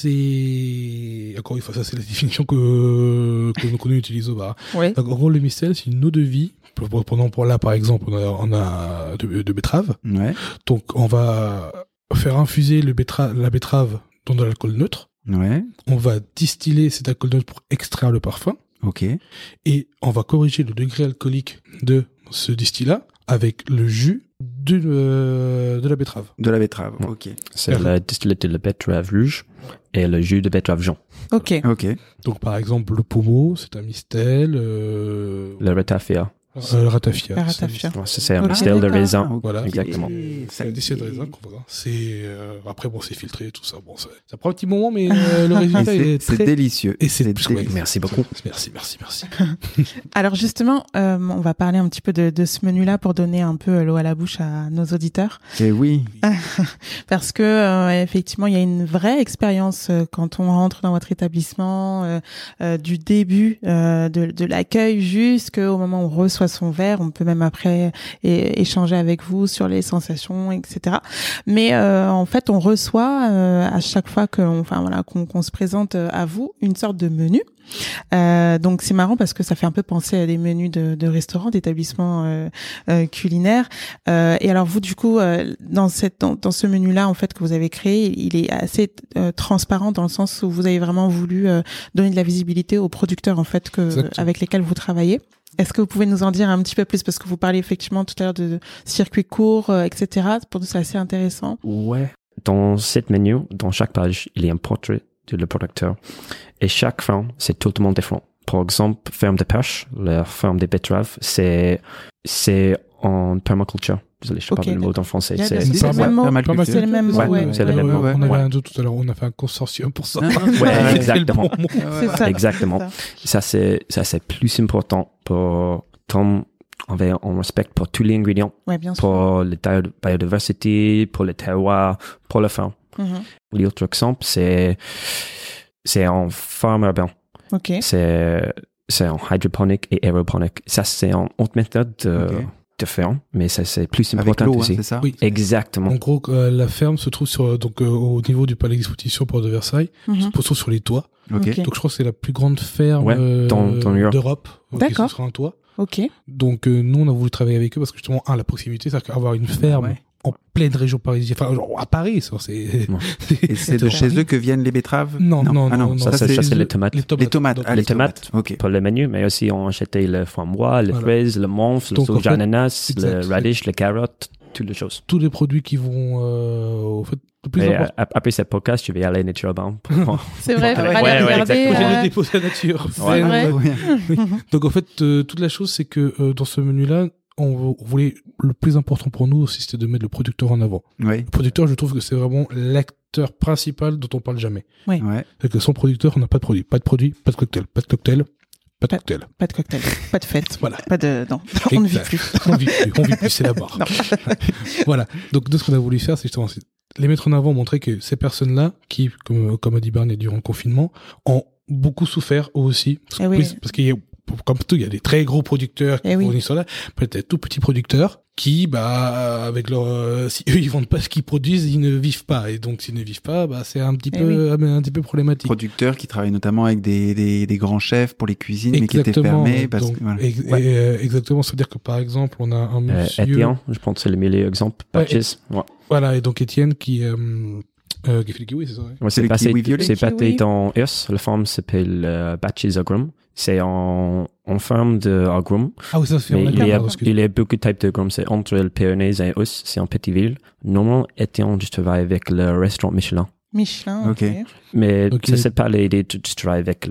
c'est encore une fois, ça c'est la définition que nous utilisons au bar. Oui. Donc, en gros, le mistel, c'est une eau de vie. Pour là, par exemple, on a de betterave. Ouais. Donc, on va faire infuser la betterave dans de l'alcool neutre. Ouais. On va distiller cet alcool neutre pour extraire le parfum. Ok. Et on va corriger le degré alcoolique de ce distillat avec le jus de la betterave. De la betterave, ok. C'est la distillée de la betterave rouge et le jus de betterave jaune. Ok. Donc, par exemple, le pommeau, c'est un mistel. Le ratafia. Le ratafia. C'est un mistel de raisin. Voilà. Exactement. C'est un distillat de raisin qu'on voit. Après, c'est filtré, tout ça. Bon, ça prend un petit moment, mais le résultat est très... C'est délicieux. Et c'est délicieux. Merci beaucoup. Merci. Alors, justement, on va parler un petit peu de ce menu-là pour donner un peu l'eau à la bouche à nos auditeurs. Et oui. Parce que, effectivement, il y a une vraie expérience quand on rentre dans votre établissement, du début de l'accueil jusqu'au moment où on reçoit son verre. On peut même après échanger avec vous sur les sensations, etc. Mais en fait, on reçoit à chaque fois qu'on se présente à vous une sorte de menu. Donc c'est marrant parce que ça fait un peu penser à des menus de restaurants, d'établissements culinaires. Et alors vous, du coup, dans ce menu-là, en fait, que vous avez créé, il est assez transparent dans le sens où vous avez vraiment voulu donner de la visibilité aux producteurs, en fait, avec lesquels vous travaillez. Est-ce que vous pouvez nous en dire un petit peu plus, parce que vous parliez effectivement tout à l'heure de circuits courts, etc. Pour nous, c'est assez intéressant. Ouais. Dans cette menu, dans chaque page, il y a un portrait de le producteur. Et chaque ferme, c'est totalement différent. Par exemple, ferme de perche, la ferme des betteraves, c'est en permaculture. Désolé, je ne sais pas le mot en français. C'est le même mot. C'est le même mot. C'est le même mot. On avait un doute tout à l'heure. On a fait un consortium pour ça. Ouais, exactement. C'est ça. Exactement. Ça, c'est plus important pour on respecte pour tous les ingrédients. Ouais, bien sûr. Pour la biodiversité, pour le terroir, pour la ferme. L'autre exemple, c'est en ferme urbaine. Ok. C'est en hydroponique et aéroponique. Ça, c'est en autre méthode de ferme, mais ça, c'est plus important aussi. Hein, c'est ça? Oui. Exactement. En gros, la ferme se trouve au niveau du palais d'exposition Porte de Versailles, se trouve sur les toits. Okay. Donc je crois que c'est la plus grande ferme d'Europe. D'accord. Sur un toit. Ok. Donc nous, on a voulu travailler avec eux parce que justement, la proximité, c'est-à-dire qu'avoir une ferme en pleine région parisienne, enfin genre à Paris, c'est. Et c'est de chez eux que viennent les betteraves? Non. Ça c'est les tomates. Les tomates. Les tomates. Ok. Pour le menu, mais aussi on achetait le frambois, les fraises, le menthe, le sauge ananas, le radish, les carottes, toutes les choses. Tous les produits qui vont au fait. Après cette podcast, je vais aller à Nature Bound. C'est vrai, aller regarder. J'ai déposé à Nature. C'est vrai. Donc en fait, toute la chose, c'est que dans ce menu-là, on voulait, le plus important pour nous aussi, c'était de mettre le producteur en avant. Oui. Le producteur, je trouve que c'est vraiment l'acteur principal dont on parle jamais. Oui. C'est que sans producteur, on n'a pas de produit. Pas de produit, pas de cocktail. Pas de cocktail. Pas de cocktail. Pas de cocktail. Pas de fête. Voilà. Pas de, non. On ne vit plus. On vit plus, c'est la barre. Voilà. Donc, de ce qu'on a voulu faire, c'est justement, les mettre en avant, montrer que ces personnes-là, qui, comme a dit Barney durant le confinement, ont beaucoup souffert eux aussi. Parce qu'il y a, comme tout, il y a des très gros producteurs qui fournissent ça là, peut-être tout petits producteurs qui, avec leur, si eux ils vendent pas ce qu'ils produisent, ils ne vivent pas. Et donc s'ils ne vivent pas, c'est un petit peu problématique. Producteurs qui travaillent notamment avec des grands chefs pour les cuisines, mais qui étaient fermés. Parce que, voilà. Exactement. C'est-à-dire que par exemple, on a un monsieur. Étienne, je pense que c'est le meilleur exemple. Patches. Voilà. Et donc Étienne qui fait le kiwi, c'est ça? Ouais, c'est passé dans US. La forme s'appelle Batches Agrum. C'est en ferme de agrum. Ah oui, ça se fait en il y a beaucoup de types d'agrum. C'est entre le Pyrénées et Us. C'est en petite ville. Normalement, Étienne, je travaille avec le restaurant Michelin. Michelin, ok. Mais ça, c'est pas l'idée de travailler avec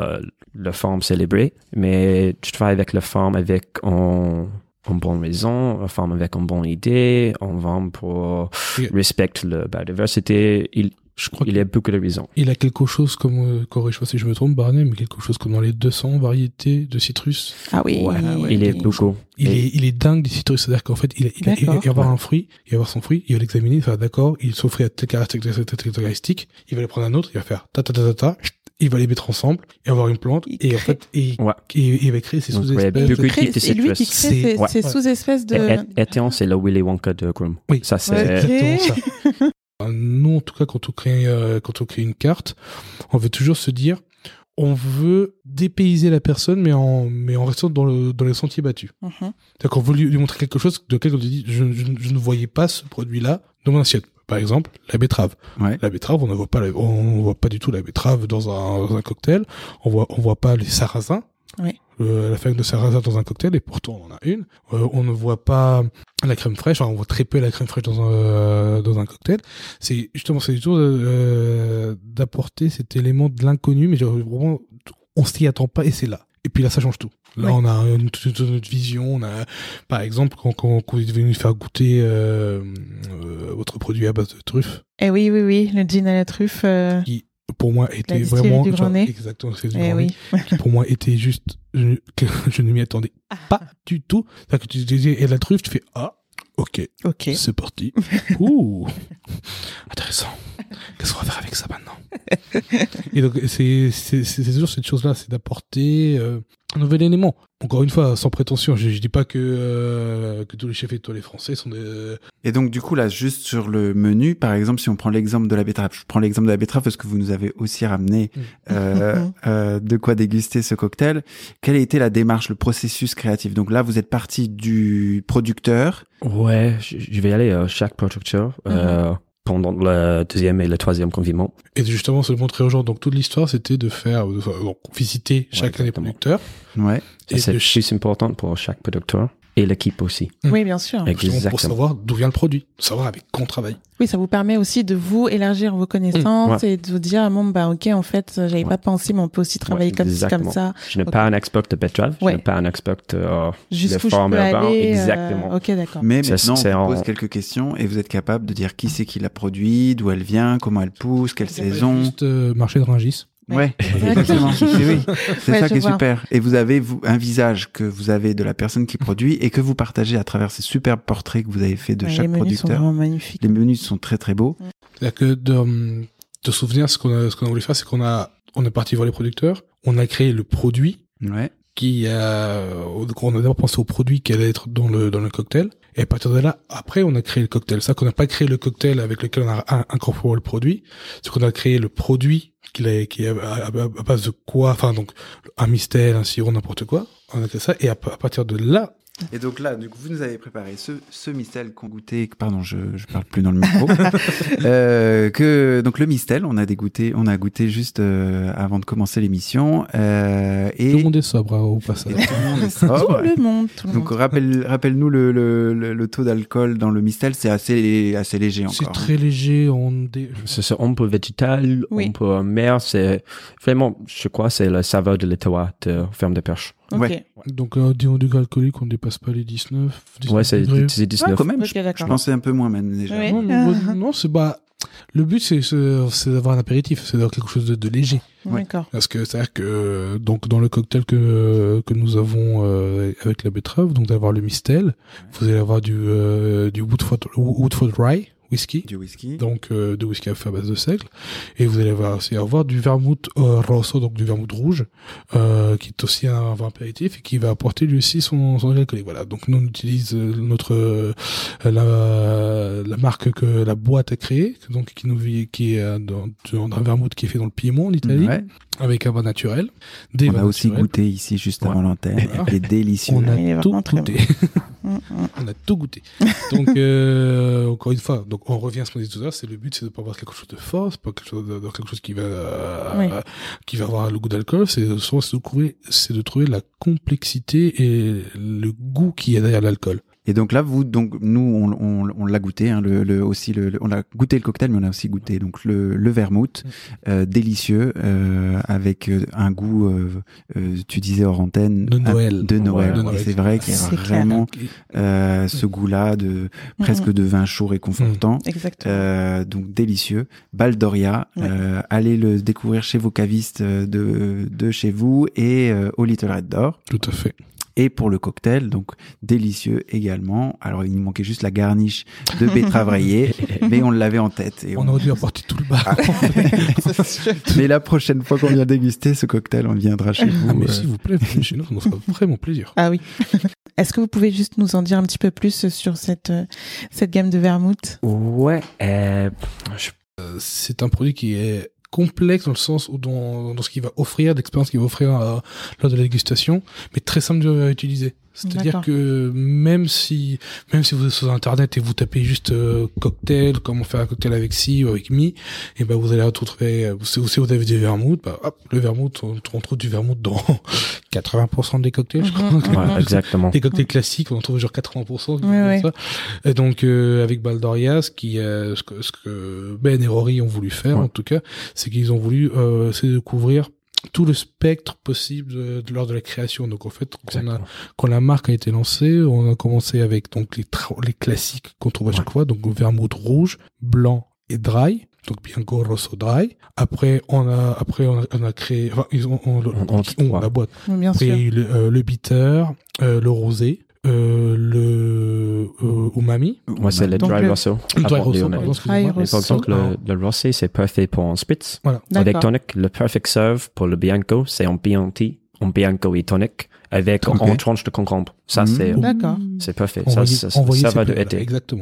la forme célébrée. Mais je travaille avec la forme avec une bonne raison, la forme avec une bonne idée. On vend pour respecter la biodiversité. Je crois qu'il y a beaucoup de raisons. Il a quelque chose comme, corrige-moi si je me trompe, Barney, mais quelque chose comme dans les 200 variétés de citrus. Ah oui. Ouais, il est beaucoup. Il est dingue des citrus, c'est-à-dire qu'en fait, il va avoir un fruit, il va avoir son fruit, il va l'examiner, il va faire d'accord, il s'offre à telle caractéristique, il va aller prendre un autre, il va faire il va les mettre ensemble et avoir une plante et en fait il va créer ses sous-espèces. C'est lui qui crée ses sous-espèces de. Étienne, c'est le Willy Wonka de Grimm. Oui, ça c'est exactement ça. Nous, en tout cas, quand on crée une carte, on veut toujours se dire, on veut dépayser la personne, mais en restant dans les sentiers battus. C'est-à-dire qu'on veut lui montrer quelque chose de lequel on dit, je ne voyais pas ce produit-là dans mon assiette. Par exemple, la betterave. La betterave, on voit pas du tout la betterave dans un cocktail. On voit pas les sarrasins. La feuille de sarrasin dans un cocktail, et pourtant on en a une. On ne voit pas la crème fraîche, on voit très peu la crème fraîche dans un cocktail. C'est justement, c'est toujours d'apporter cet élément de l'inconnu, mais vraiment, on s'y attend pas, et c'est là. Et puis là, ça change tout. Là, on a toute notre vision. On a, par exemple, quand vous êtes venu faire goûter votre produit à base de truffes. Eh oui, le gin à la truffe. Qui, pour moi, était vraiment exactement c'est du Grand Nez, qui pour moi était juste que je ne m'y attendais pas du tout. C'est-à-dire que tu disais et la truffe, tu fais ok, c'est parti. Ouh, intéressant. Qu'est-ce qu'on va faire avec ça maintenant? Et donc c'est toujours cette chose-là, c'est d'apporter un nouvel élément. Encore une fois, sans prétention, je dis pas que tous les chefs étoilés français sont des... Et donc, du coup, là, juste sur le menu, par exemple, si on prend l'exemple de la betterave, je prends l'exemple de la betterave parce que vous nous avez aussi ramené de quoi déguster ce cocktail. Quelle a été la démarche, le processus créatif? Donc là, vous êtes parti du producteur. Ouais, je vais aller chaque producteur. Pendant le deuxième et le troisième confinement. Et justement, se le montrer aux gens. Donc, toute l'histoire, c'était de faire, donc, visiter chacun des producteurs. Ouais. Et c'est plus important pour chaque producteur. Et l'équipe aussi. Oui, bien sûr. Exactement. Pour savoir d'où vient le produit. Savoir avec quoi on travaille. Oui, ça vous permet aussi de vous élargir vos connaissances et de vous dire, ok, en fait, j'avais pas pensé, mais on peut aussi travailler comme ça. Je n'ai pas un expert de betterave. Je n'ai pas un expert de farmer vin. Exactement. Ok, d'accord. Mais maintenant, on vous pose quelques questions et vous êtes capable de dire qui c'est qui l'a produit, d'où elle vient, comment elle pousse, quelle saison. Juste marché de Rungis. Ouais, exactement. Oui. C'est ça qui est super. Et vous avez un visage que vous avez de la personne qui produit et que vous partagez à travers ces superbes portraits que vous avez fait de chaque producteur. Les menus sont vraiment magnifiques. Les menus sont très très beaux. C'est-à-dire que de souvenir, ce qu'on a voulu faire, c'est qu'on est parti voir les producteurs, on a créé le produit. Ouais. On a d'abord pensé au produit qui allait être dans le cocktail. Et à partir de là, après, on a créé le cocktail. Ça, qu'on n'a pas créé le cocktail avec lequel on a incorporé le produit. C'est qu'on a créé le produit qui est à base de quoi, enfin, donc, un mistel, un sirop, n'importe quoi. On a créé ça. Et à partir de là. Et donc là, du coup, vous nous avez préparé ce mistel qu'on goûtait, pardon, je parle plus dans le micro, donc le mistel, on a goûté juste avant de commencer l'émission, et tout le monde est sobre au passage. Tout le monde est sobre. Donc rappelle-nous le taux d'alcool dans le mistel, c'est assez léger encore. C'est très léger, c'est un peu végétal, un peu mer, c'est vraiment, je crois, c'est la saveur de l'étoile de ferme de perche. Okay. Ouais. Donc, degré alcoolique, on ne dépasse pas les 19. Ouais, c'est 19. Ouais, quand même. Okay, je pensais un peu moins, même, déjà. Oui. Non, le but, c'est d'avoir un apéritif, c'est d'avoir quelque chose de léger. Ouais. D'accord. Parce que, c'est-à-dire que, donc, dans le cocktail que nous avons, avec la betterave, donc d'avoir le mistel, vous allez avoir du Woodford Rye. Du whisky. Donc, de whisky à base de seigle. Et vous allez avoir du vermouth rosso, donc du vermouth rouge, qui est aussi un vin apéritif et qui va apporter lui aussi son alcoolique. Voilà. Donc, nous, on utilise la marque que la boîte a créée, donc, qui est un vermouth qui est fait dans le Piémont, en Italie. Ouais. Avec un vin naturel. On a aussi goûté ici, juste avant l'antenne. Il est délicieux. On a tout goûté. On a tout goûté. Donc, encore une fois, donc on revient à ce qu'on disait tout à l'heure, le but, c'est de pas avoir quelque chose de fort, c'est pas quelque chose qui va avoir le goût d'alcool, c'est de trouver la complexité et le goût qu'il y a derrière l'alcool. Et donc là, nous, on l'a goûté, hein, on a goûté le cocktail, mais on a aussi goûté donc le vermouth, délicieux, avec un goût, tu disais hors antenne, de Noël. Et c'est vrai qu'il y a vraiment ce goût-là de presque de vin chaud réconfortant. Exactement. Donc délicieux. Baldoria, allez le découvrir chez vos cavistes de chez vous et au Little Red Door. Tout à fait. Et pour le cocktail, donc délicieux également. Alors il nous manquait juste la garniche de betterave rayée, mais on l'avait en tête. Et on aurait dû apporter tout le bar. Mais la prochaine fois qu'on vient déguster ce cocktail, on viendra chez vous. Ah mais s'il vous plaît, venez chez nous, ça nous fera vraiment plaisir. Ah oui. Est-ce que vous pouvez juste nous en dire un petit peu plus sur cette gamme de vermouth? Ouais. C'est un produit qui est complexe dans le sens où dans ce qu'il va offrir, l'expérience qu'il va offrir lors de la dégustation, mais très simple à utiliser. C'est-à-dire que même si vous êtes sur internet et vous tapez juste cocktail, comment faire un cocktail avec ci ou avec mi, et ben vous allez retrouver, si vous avez des vermouths, le vermouth, on trouve du vermouth dans 80% des cocktails, je crois. Ouais, exactement. Des cocktails classiques, on en trouve genre 80%. Ça. Et donc avec Baldoria, ce que Ben et Rory ont voulu faire, en tout cas, c'est qu'ils ont voulu c'est de couvrir tout le spectre possible lors de la création. Donc en fait, quand la marque a été lancée, on a commencé avec donc les classiques qu'on trouve à chaque fois, donc vermouth rouge, blanc et dry. Donc Bianco Rosso Dry. Après on a créé, enfin ils ont la boîte. Bien sûr. Et le bitter, le rosé. Le umami. Moi, c'est le dry rosso. Le dry rosso, pardon, excusez-moi. Par exemple, le rosé, c'est parfait pour un spritz. Voilà. Avec tonic, le perfect serve pour le bianco, c'est en bianco et tonic, avec en tranche de concombre. Ça, c'est parfait. Ça va de été. Exactement.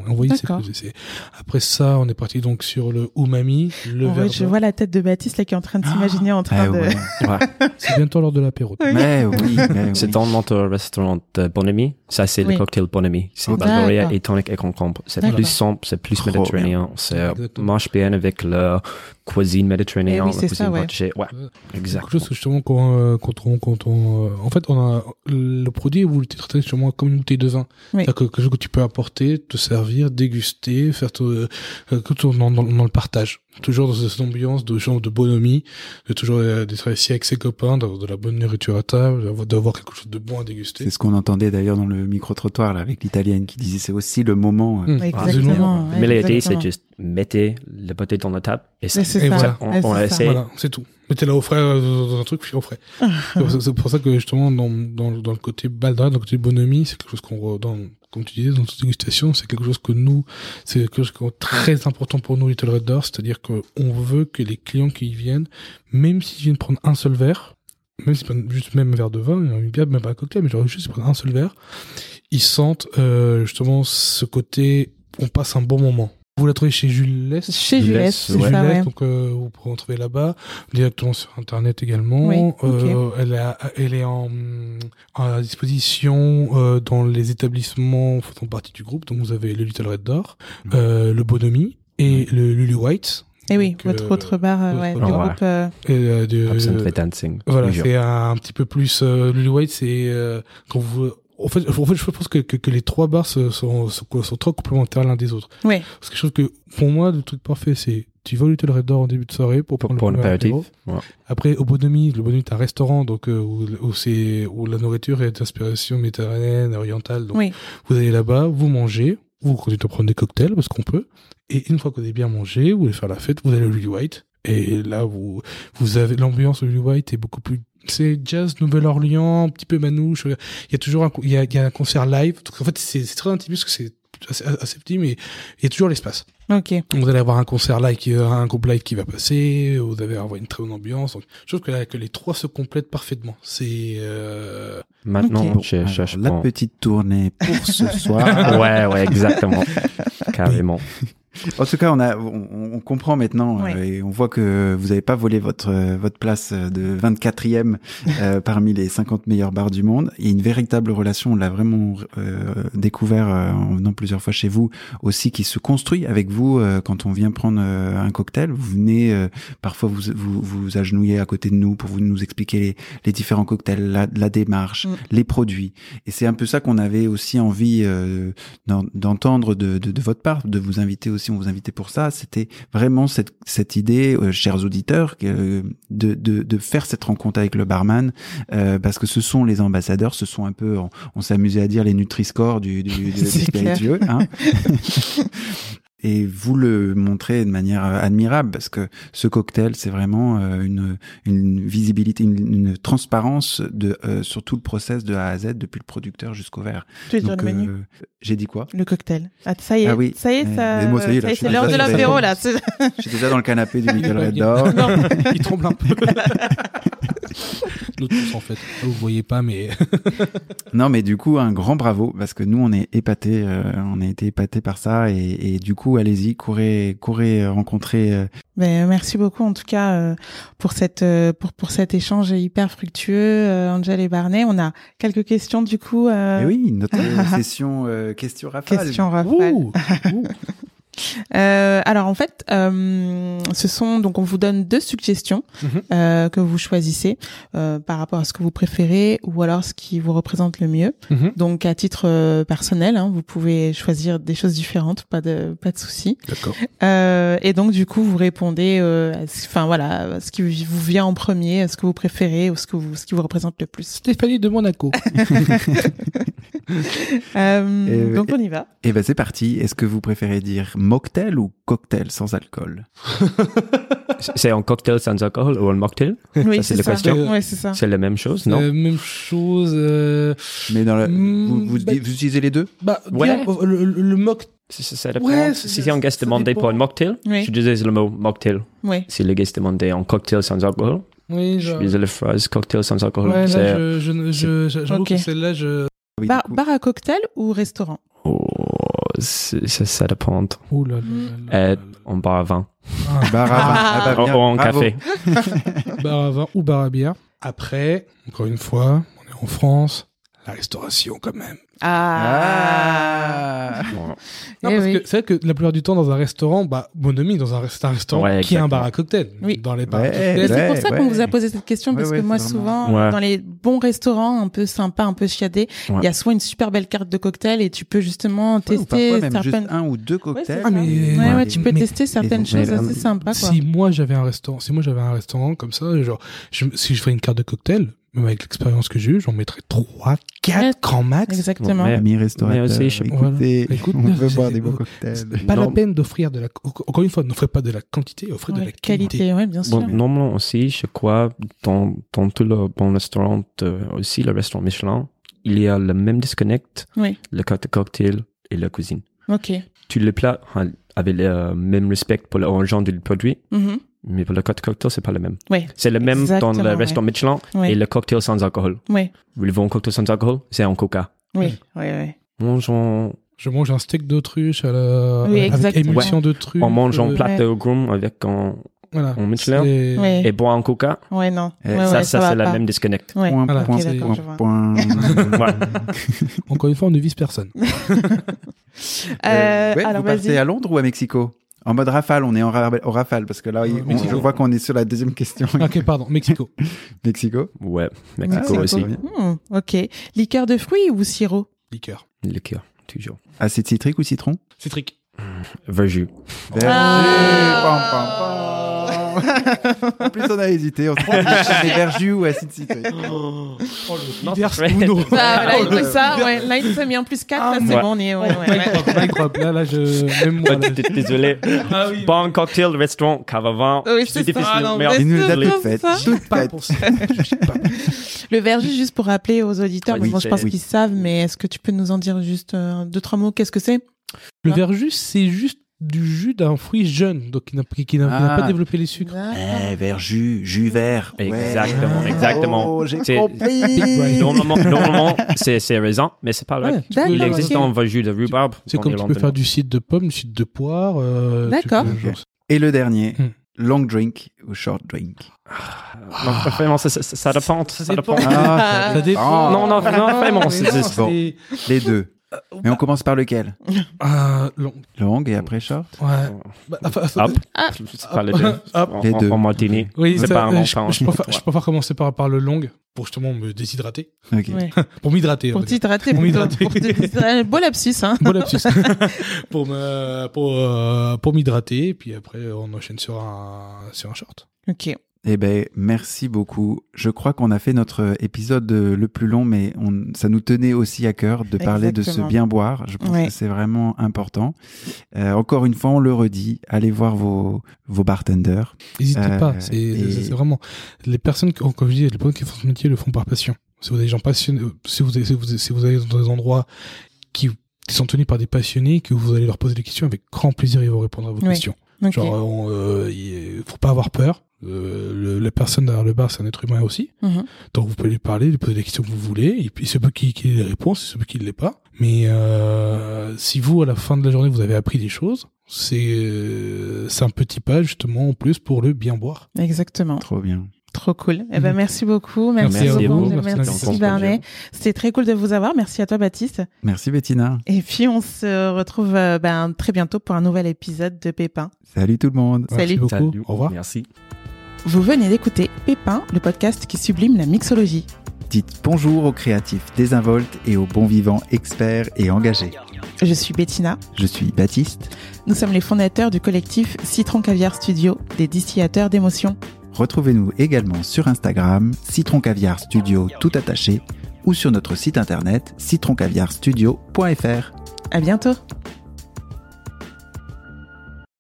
Après ça, on est parti donc sur le umami, le verdun. Je vois la tête de Baptiste là qui est en train de s'imaginer en train de... C'est bientôt lors de l'apéro. Mais oui. C'est dans notre restaurant Bonami. Ça, c'est le cocktail Bonami. C'est Baldoria et tonic et concombre. C'est plus simple, c'est plus méditerranéen. Ça marche bien avec la cuisine méditerranéenne. Oui, c'est ça, ouais, exact. Quelque chose que justement quand on en fait, on a le produit est voulu être traité justement comme une bouteille de vin. C'est-à-dire quelque chose que tu peux apporter, te servir, déguster, faire tout dans le partage. Toujours dans cette ambiance de bonhomie, de toujours d'être ici avec ses copains, d'avoir de la bonne nourriture à table, d'avoir quelque chose de bon à déguster. C'est ce qu'on entendait d'ailleurs dans le micro-trottoir là, avec l'italienne qui disait c'est aussi le moment. Exactement. Mais l'idée, c'est juste mettez la bouteille dans la table et ça. On essaie. Voilà, c'est tout. Mettez-la au frais dans un truc, puis au frais. C'est pour ça que justement dans le côté Baldoria, dans le côté bonhomie, c'est quelque chose comme tu disais, dans toute dégustation, c'est quelque chose c'est quelque chose qui est très important pour nous, Little Red Door, c'est-à-dire qu'on veut que les clients qui y viennent, même s'ils viennent prendre un seul verre, même si c'est pas juste même un verre de vin, une bière, même pas un cocktail, mais genre juste prendre un seul verre, ils sentent justement ce côté, on passe un bon moment. Vous la trouvez chez Jules Less. Chez Jules Less, c'est ça, ouais. Donc vous pourrez en trouver là-bas, directement sur internet également. Oui, okay. Elle est à disposition dans les établissements faisant partie du groupe. Donc vous avez le Little Red Door, le Bonhomie et le Lulu White. Et oui, votre autre bar du groupe. Absinthe Dancing. Voilà, c'est un petit peu plus. Lulu White, c'est quand vous. En fait, je pense que les trois bars sont trop complémentaires l'un des autres. Oui. Parce que je trouve que, pour moi, le truc parfait, c'est, tu vas au Little Red Door en début de soirée pour prendre le apéritif. Ouais. Après, au Bonhomie, est un restaurant, donc, où la nourriture est d'inspiration méditerranéenne, orientale. Donc, vous allez là-bas, vous mangez, vous continuez à prendre des cocktails, parce qu'on peut. Et une fois que vous avez bien mangé, vous allez faire la fête, vous allez au Lily White. Et là, vous avez l'ambiance au Lily White est beaucoup plus, c'est jazz Nouvelle-Orléans, un petit peu manouche. Il y a toujours il y a un concert live. Donc, en fait, c'est très intime parce que c'est assez petit, mais il y a toujours l'espace. Ok. Vous allez avoir un concert live, un groupe live qui va passer. Vous allez avoir une très bonne ambiance. Donc, je trouve que les trois se complètent parfaitement. C'est maintenant, la petite tournée pour ce soir. ouais, exactement, carrément. En tout cas, on comprend maintenant et on voit que vous n'avez pas volé votre place de 24e parmi les 50 meilleurs bars du monde. Il y a une véritable relation, on l'a vraiment découvert en venant plusieurs fois chez vous aussi, qui se construit avec vous quand on vient prendre un cocktail. Vous venez parfois vous agenouiller à côté de nous pour nous expliquer les différents cocktails, la démarche, les produits. Et c'est un peu ça qu'on avait aussi envie d'entendre de votre part, de vous inviter aussi. On vous invitait pour ça. C'était vraiment cette idée, chers auditeurs, de faire cette rencontre avec le barman, parce que ce sont les ambassadeurs, ce sont un peu, on s'amusait à dire les Nutri-Score du spiritueux, hein. Et vous le montrez de manière admirable, parce que ce cocktail, c'est vraiment une visibilité, une transparence sur tout le process de A à Z, depuis le producteur jusqu'au verre. Tu es sur le menu. J'ai dit quoi? Le cocktail. Ah, ça y est. Ah oui. Ça y est, ça. Moi, ça y est, là, c'est l'heure de l'apéro, là. Je suis déjà dans le canapé du Little Red Door. Il tremble un peu. Nous tous, en fait. Vous voyez pas, mais. Non, mais du coup, un grand bravo, parce que nous, on est épatés, on a été épatés par ça, et du coup, allez-y, courez rencontrer. Merci beaucoup, en tout cas, pour cet échange hyper fructueux, Angel et Barney. On a quelques questions, du coup. Et oui, notre session question rafale. Question rafale. Alors en fait, donc on vous donne 2 suggestions que vous choisissez par rapport à ce que vous préférez ou alors ce qui vous représente le mieux. Donc à titre personnel, hein, vous pouvez choisir des choses différentes, pas de souci. D'accord. Et donc du coup vous répondez, ce qui vous vient en premier, ce que vous préférez ou ce qui vous représente le plus. Stéphanie de Monaco. Donc on y va. Et c'est parti. Est-ce que vous préférez dire mocktail ou cocktail sans alcool? C'est un cocktail sans alcool ou un mocktail? Oui, c'est la question. Ouais, c'est ça. C'est la même chose, non? Même chose. Mais dans vous utilisez les deux? Ouais. Le mocktail. Ça dépend. Si un guest demandé pour un mocktail, je disais le mot mocktail. Oui. Si le guest demandait un cocktail sans alcool, je disais la phrase cocktail sans alcool. Ouais, là, j'avoue que celle-là, Bar à cocktail ou restaurant? Ça dépend. Ouh là là. En bar à vin. Bar à vin. Ou en café. Bar à vin ou bar à bière. Après, encore une fois, on est en France. La restauration, quand même. Non, parce que c'est vrai que la plupart du temps, dans un restaurant, Bonhomie, c'est un restaurant qui a un bar à cocktail. Oui. Dans les bars à cocktail. C'est pour ça qu'on vous a posé cette question, parce que moi, souvent, dans les bons restaurants, un peu sympas, un peu chiadés, il y a souvent une super belle carte de cocktail et tu peux justement tester même juste 1 ou 2 cocktails. Tu peux tester certaines choses assez sympas, quoi. Si moi j'avais un restaurant comme ça, genre, si je ferais une carte de cocktail, même avec l'expérience que j'ai eue, j'en mettrais 3, 4 grand max. Exactement. Amis restaurateurs, écoutez, on veut boire des bons cocktails. Pas la peine d'offrir encore une fois, n'offrez pas de la quantité, offrez de la qualité. Ouais, bien sûr. Normalement aussi, je crois, dans tout le bon restaurant, aussi le restaurant Michelin, il y a le même disconnect, le carte de cocktail et la cuisine. Ok. Tu les plats avec le même respect pour l'argent du produit. Mais pour le cocktail, c'est pas le même. Oui. C'est le même dans le restaurant Michelin et le cocktail sans alcool. Oui. Vous voulez un cocktail sans alcool, c'est un coca. Oui. Je mange un steak d'autruche avec émulsion d'autruche. On mange un plat de groom avec un Michelin et boire un coca. Ouais, non. Ça c'est la même disconnect. Ouais. Encore une fois, on ne vise personne. Vous partez à Londres ou à Mexico? En mode rafale, on est en rafale, parce que là, je vois qu'on est sur la deuxième question. Ok, pardon, Mexico. Mexico? Ouais, Mexico aussi. Ok. Liqueur de fruits ou sirop? Liqueur, toujours. Acide citrique ou citron? Citrique. Verjus. En plus, on a hésité. On se dit des verjus ou acide citrique. Là, il s'est mis en plus 4. Là, c'est bon, on est. Là, même moi. Désolé. Bon cocktail, restaurant, cave à vin. C'est difficile. Il nous a tout fait. Le verjus, juste pour rappeler aux auditeurs, je pense qu'ils savent, mais est-ce que tu peux nous en dire juste 2-3 mots? Qu'est-ce que c'est? Le verjus, c'est juste du jus d'un fruit jeune, donc qui n'a pas développé les sucres. Jus vert. Exactement. Oh, j'ai compris. Normalement, c'est raisin, mais c'est pas vrai. Il existe un jus de rhubarbe. C'est comme tu peux faire du cidre de pomme, du cidre de poire. D'accord. Et le dernier, long drink ou short drink? Vraiment, ça dépend. Ça dépend. Non, vraiment, c'est bon. Les deux. Mais on commence par lequel? Long et après short? Ouais. C'est pas les deux. Les deux. En martini. Oui, je préfère commencer par le long pour justement me déshydrater. Okay. Ouais. Pour m'hydrater. Pour t'hydrater. Beau lapsus, hein. Beau lapsus. Pour m'hydrater, et puis après, on enchaîne sur un short. Ok. Eh ben, merci beaucoup. Je crois qu'on a fait notre épisode le plus long, mais ça nous tenait aussi à cœur de parler de ce bien boire. Je pense que c'est vraiment important. Encore une fois, on le redit, allez voir vos bartenders. N'hésitez pas. C'est vraiment les personnes, comme je dis, les personnes qui font ce métier le font par passion. Si vous avez des gens passionnés, si vous allez dans des endroits qui sont tenus par des passionnés, que vous allez leur poser des questions, avec grand plaisir, ils vont répondre à vos questions. Okay. Genre, faut pas avoir peur. La personne derrière le bar, c'est un être humain aussi. Donc vous pouvez lui parler, lui poser les questions que vous voulez, et puis c'est peu qui ait les réponses, c'est peu qui ne l'est pas. Mais si vous, à la fin de la journée, vous avez appris des choses, c'est un petit pas justement en plus pour le bien boire. Exactement. Trop bien. Trop cool. Eh ben, merci beaucoup. Merci à vous. Merci Barnet. C'était très cool de vous avoir. Merci à toi, Baptiste. Merci, Bettina. Et puis, on se retrouve très bientôt pour un nouvel épisode de Pépin. Salut tout le monde. Salut beaucoup. Salut. Au revoir. Merci. Vous venez d'écouter Pépin, le podcast qui sublime la mixologie. Dites bonjour aux créatifs désinvoltes et aux bons vivants experts et engagés. Je suis Bettina. Je suis Baptiste. Nous sommes les fondateurs du collectif Citron Caviar Studio, des distillateurs d'émotions. Retrouvez-nous également sur Instagram, Citron Caviar Studio tout attaché, ou sur notre site internet citroncaviarstudio.fr. À bientôt.